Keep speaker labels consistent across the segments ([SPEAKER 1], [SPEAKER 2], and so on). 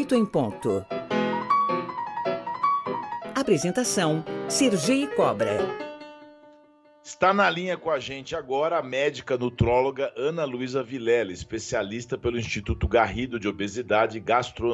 [SPEAKER 1] 8 em ponto. Apresentação: Sergi Cobra.
[SPEAKER 2] Está na linha com a gente agora a médica nutróloga Ana Luísa Vilela, especialista pelo Instituto Garrido de Obesidade e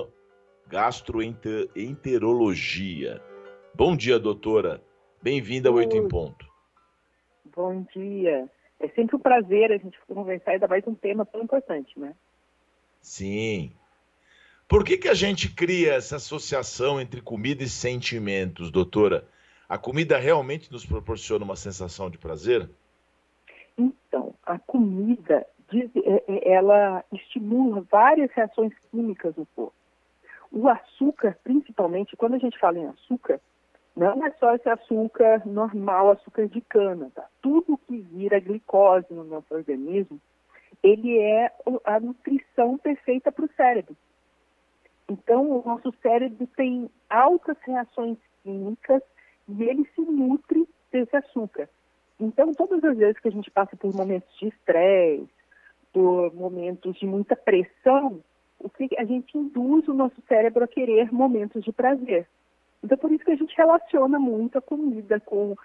[SPEAKER 2] Gastroenterologia. Bom dia, doutora. Bem-vinda ao 8 em ponto.
[SPEAKER 3] Bom dia. É sempre um prazer a gente conversar, ainda mais um tema tão importante, né?
[SPEAKER 2] Sim. Por que a gente cria essa associação entre comida e sentimentos, doutora? A comida realmente nos proporciona uma sensação de prazer?
[SPEAKER 3] Então, a comida, ela estimula várias reações químicas no corpo. O açúcar, principalmente, quando a gente fala em açúcar, não é só esse açúcar normal, açúcar de cana, tá? Tudo que vira glicose no nosso organismo, ele é a nutrição perfeita para o cérebro. Então, o nosso cérebro tem altas reações químicas e ele se nutre desse açúcar. Então, todas as vezes que a gente passa por momentos de estresse, por momentos de muita pressão, a gente induz o nosso cérebro a querer momentos de prazer. Então, por isso que a gente relaciona muito a comida com,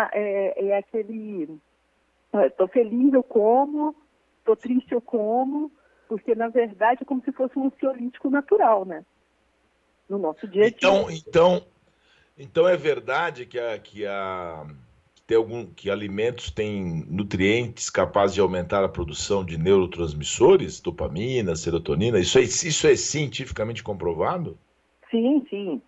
[SPEAKER 3] estou feliz, eu como, estou triste, eu como, porque, na verdade, é como se fosse um ansiolítico natural, né? No nosso dia a dia.
[SPEAKER 2] Então é verdade que alimentos têm nutrientes capazes de aumentar a produção de neurotransmissores, dopamina, serotonina? Isso é cientificamente comprovado?
[SPEAKER 3] Sim, sim.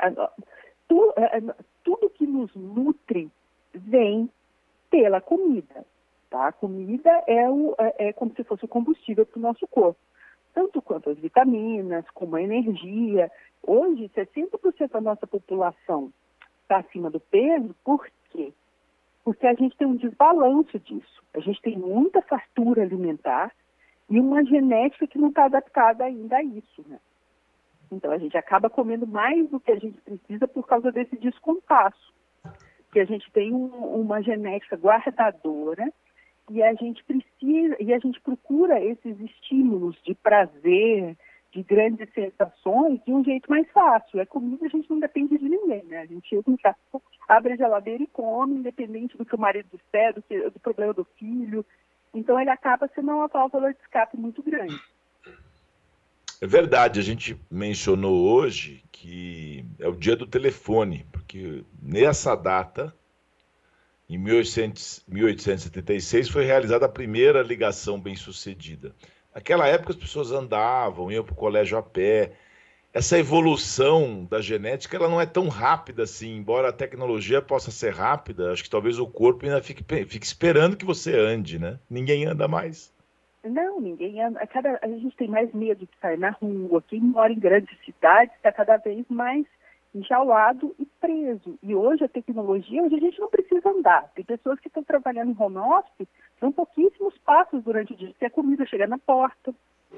[SPEAKER 3] Tudo que nos nutre vem pela comida. Tá? A comida é como se fosse o combustível para o nosso corpo. Tanto quanto as vitaminas, como a energia. Hoje, 60% da nossa população está acima do peso. Por quê? Porque a gente tem um desbalanço disso. A gente tem muita fartura alimentar e uma genética que não está adaptada ainda a isso, né? Então, a gente acaba comendo mais do que a gente precisa por causa desse descompasso. Que a gente tem uma genética guardadora e a gente procura esses estímulos de prazer, de grandes sensações, de um jeito mais fácil. A comida a gente não depende de ninguém, né? A gente chega em casa, abre a geladeira e come, independente do que o marido disser, do problema do filho. Então, ele acaba sendo uma válvula de escape muito grande.
[SPEAKER 2] É verdade, a gente mencionou hoje que é o dia do telefone, porque nessa data, em 1876, foi realizada a primeira ligação bem-sucedida. Naquela época as pessoas andavam, iam para o colégio a pé. Essa evolução da genética ela não é tão rápida assim, embora a tecnologia possa ser rápida, acho que talvez o corpo ainda fique esperando que você ande, né? Ninguém anda mais.
[SPEAKER 3] Não, ninguém anda. A gente tem mais medo de sair na rua. Quem mora em grandes cidades está cada vez mais enjaulado e preso. E hoje a tecnologia, hoje a gente não precisa andar. Tem pessoas que estão trabalhando em home office, são pouquíssimos passos durante o dia, se a comida chega na porta.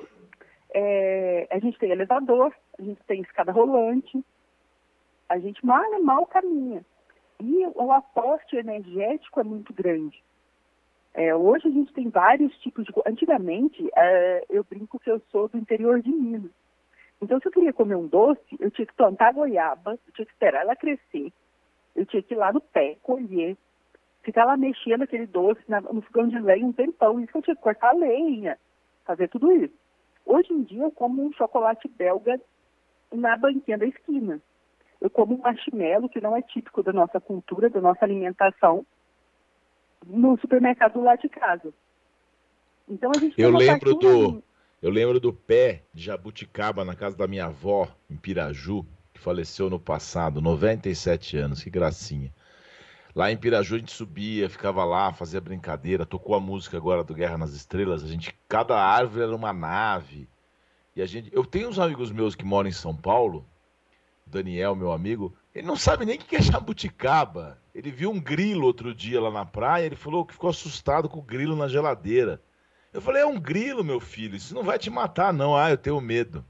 [SPEAKER 3] A gente tem elevador, a gente tem escada rolante, a gente mal caminha. E o aporte energético é muito grande. Hoje a gente tem vários tipos de... Antigamente, eu brinco que eu sou do interior de Minas. Então, se eu queria comer um doce, eu tinha que plantar a goiaba, eu tinha que esperar ela crescer, eu tinha que ir lá no pé, colher, ficar lá mexendo aquele doce no fogão de lenha um tempão. Isso eu tinha que cortar a lenha, fazer tudo isso. Hoje em dia, eu como um chocolate belga na banquinha da esquina. Eu como um marshmallow, que não é típico da nossa cultura, da nossa alimentação, no supermercado do lado de casa. Então, a gente
[SPEAKER 2] Eu lembro do pé de jabuticaba na casa da minha avó, em Piraju, que faleceu no passado, 97 anos, que gracinha. Lá em Piraju a gente subia, ficava lá, fazia brincadeira, tocou a música agora do Guerra nas Estrelas, cada árvore era uma nave. Eu tenho uns amigos meus que moram em São Paulo, Daniel, meu amigo, ele não sabe nem o que é jabuticaba. Ele viu um grilo outro dia lá na praia, ele falou que ficou assustado com o grilo na geladeira. Eu falei, é um grilo, meu filho, isso não vai te matar, não. Eu tenho medo.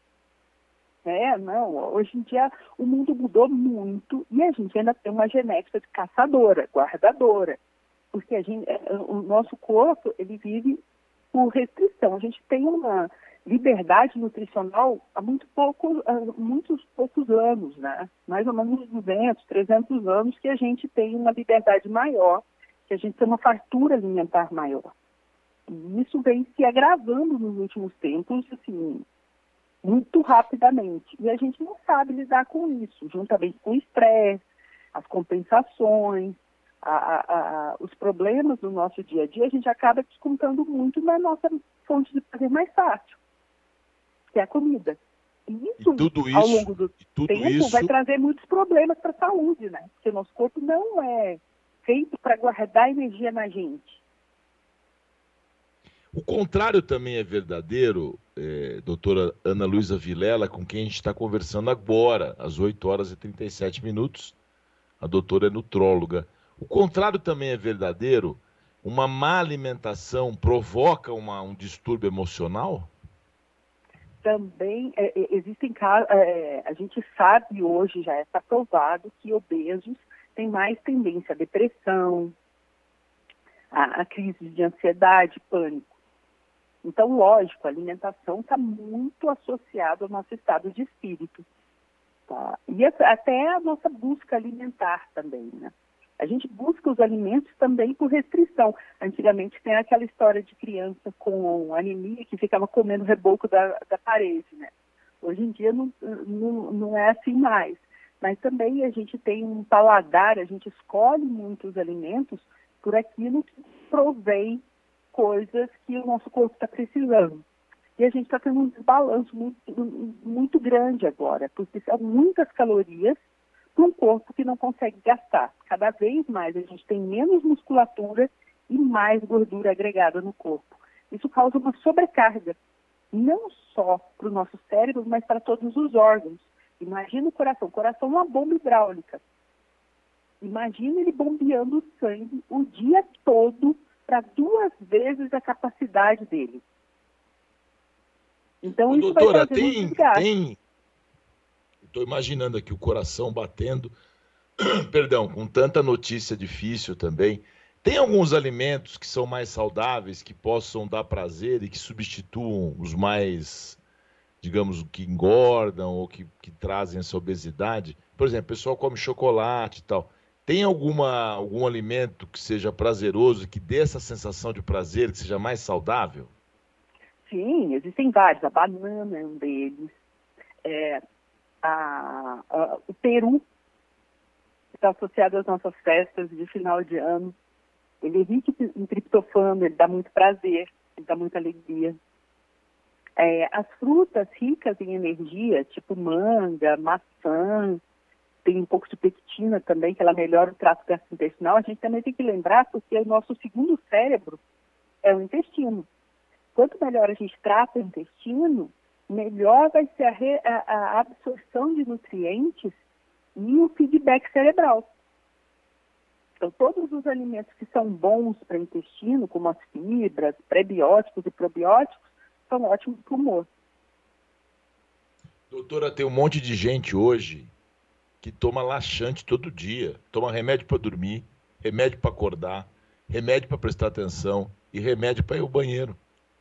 [SPEAKER 3] Não, hoje em dia o mundo mudou muito e a gente ainda tem uma genética de caçadora, guardadora, porque o nosso corpo, ele vive por restrição. A gente tem uma liberdade nutricional há muitos poucos anos, né? Mais ou menos 200, 300 anos que a gente tem uma liberdade maior, que a gente tem uma fartura alimentar maior. E isso vem se agravando nos últimos tempos, assim, muito rapidamente. E a gente não sabe lidar com isso, juntamente com o estresse, as compensações, os problemas do nosso dia a dia, a gente acaba descontando muito na nossa fonte de prazer mais fácil, que é a comida. E isso, ao longo do tempo, vai trazer muitos problemas para a saúde, né? Porque o nosso corpo não é feito para guardar energia na gente.
[SPEAKER 2] O contrário também é verdadeiro, doutora Ana Luísa Vilela, com quem a gente está conversando agora, às 8h37. A doutora é nutróloga. O contrário também é verdadeiro? Uma má alimentação provoca um distúrbio emocional?
[SPEAKER 3] Também existem casos, a gente sabe hoje, já está provado, que obesos têm mais tendência à depressão, a crise de ansiedade, pânico. Então, lógico, a alimentação está muito associada ao nosso estado de espírito. Tá? E até a nossa busca alimentar também, né? A gente busca os alimentos também por restrição. Antigamente tem aquela história de criança com anemia que ficava comendo o reboco da parede, né? Hoje em dia não é assim mais. Mas também a gente tem um paladar, a gente escolhe muitos alimentos por aquilo que provém coisas que o nosso corpo está precisando. E a gente está tendo um desbalanço muito grande agora, porque são muitas calorias para um corpo que não consegue gastar. Cada vez mais a gente tem menos musculatura e mais gordura agregada no corpo. Isso causa uma sobrecarga, não só para o nosso cérebro, mas para todos os órgãos. Imagina o coração. O coração é uma bomba hidráulica. Imagina ele bombeando sangue o dia todo para 2 vezes a capacidade dele. Então, isso
[SPEAKER 2] doutora,
[SPEAKER 3] vai trazer um desgaste.
[SPEAKER 2] Estou imaginando aqui o coração batendo, perdão, com tanta notícia difícil também. Tem alguns alimentos que são mais saudáveis, que possam dar prazer e que substituam os mais, digamos, que engordam ou que trazem essa obesidade? Por exemplo, o pessoal come chocolate e tal. Tem algum alimento que seja prazeroso, que dê essa sensação de prazer, que seja mais saudável?
[SPEAKER 3] Sim, existem vários. A banana é um deles. O peru está associado às nossas festas de final de ano. Ele é rico em triptofano, ele dá muito prazer, ele dá muita alegria. As frutas ricas em energia, tipo manga, maçã, tem um pouco de pectina também, que ela melhora o trato gastrointestinal. A gente também tem que lembrar, porque o nosso segundo cérebro é o intestino. Quanto melhor a gente trata o intestino, melhor vai ser a absorção de nutrientes e o feedback cerebral. Então, todos os alimentos que são bons para o intestino, como as fibras, prebióticos e probióticos, são ótimos para o humor.
[SPEAKER 2] Doutora, tem um monte de gente hoje que toma laxante todo dia. Toma remédio para dormir, remédio para acordar, remédio para prestar atenção e remédio para ir ao banheiro.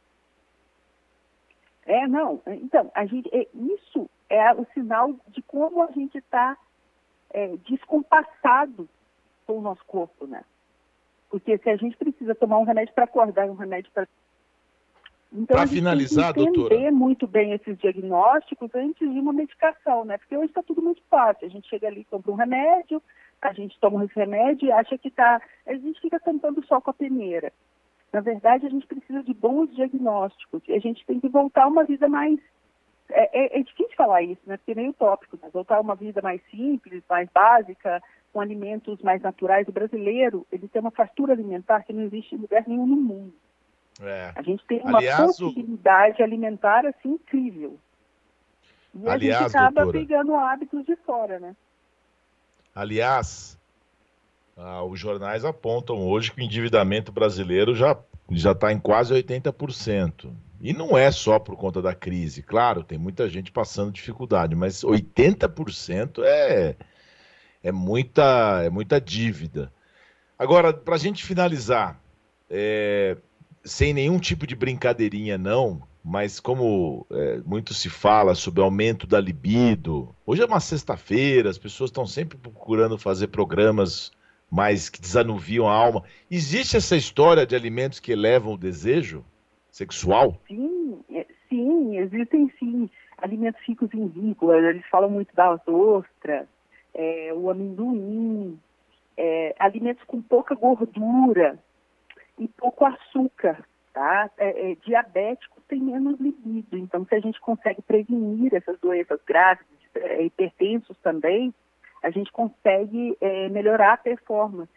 [SPEAKER 3] Então, isso é o sinal de como a gente está descompassado com o nosso corpo, né? Porque se a gente precisa tomar um remédio para acordar e um remédio para... Então,
[SPEAKER 2] para finalizar,
[SPEAKER 3] tem que entender,
[SPEAKER 2] doutora,
[SPEAKER 3] muito bem esses diagnósticos antes de uma medicação, né? Porque hoje está tudo muito fácil. A gente chega ali, compra um remédio, a gente toma esse remédio e acha que está... A gente fica tampando só com a peneira. Na verdade, a gente precisa de bons diagnósticos e a gente tem que voltar a uma vida mais... É difícil falar isso, né? Porque é meio utópico, né? Voltar a uma vida mais simples, mais básica, com alimentos mais naturais. O brasileiro, ele tem uma fartura alimentar que não existe em lugar nenhum no mundo. A gente tem uma possibilidade alimentar assim incrível. E a gente acaba pegando hábitos de fora, né?
[SPEAKER 2] Aliás, os jornais apontam hoje que o endividamento brasileiro já está em quase 80%. E não é só por conta da crise. Claro, tem muita gente passando dificuldade, mas 80% é muita dívida. Agora, para a gente finalizar, sem nenhum tipo de brincadeirinha, não, mas como muito se fala sobre aumento da libido, hoje é uma sexta-feira, as pessoas estão sempre procurando fazer programas mais que desanuviam a alma. Existe essa história de alimentos que elevam o desejo sexual?
[SPEAKER 3] Sim, sim, existem sim alimentos ricos em vísceras, eles falam muito das ostras, o amendoim, alimentos com pouca gordura e pouco açúcar, tá? Diabéticos têm menos libido, então se a gente consegue prevenir essas doenças graves, hipertensos também, a gente consegue melhorar a performance.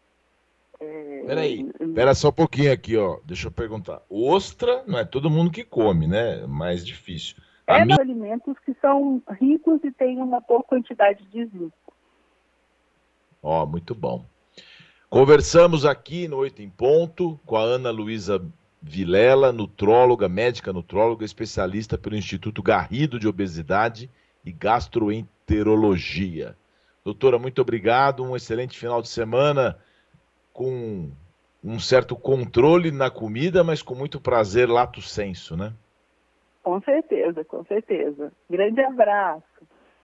[SPEAKER 2] Pera só um pouquinho aqui, ó. Deixa eu perguntar. Ostra não é todo mundo que come, né? É mais difícil.
[SPEAKER 3] Alimentos que são ricos e têm uma boa quantidade de zinco.
[SPEAKER 2] Ó, muito bom. Conversamos aqui no 8 em Ponto com a Ana Luísa Vilela, nutróloga, médica nutróloga, especialista pelo Instituto Garrido de Obesidade e Gastroenterologia. Doutora, muito obrigado. Um excelente final de semana com um certo controle na comida, mas com muito prazer, lato sensu, né?
[SPEAKER 3] Com certeza, com certeza. Grande abraço.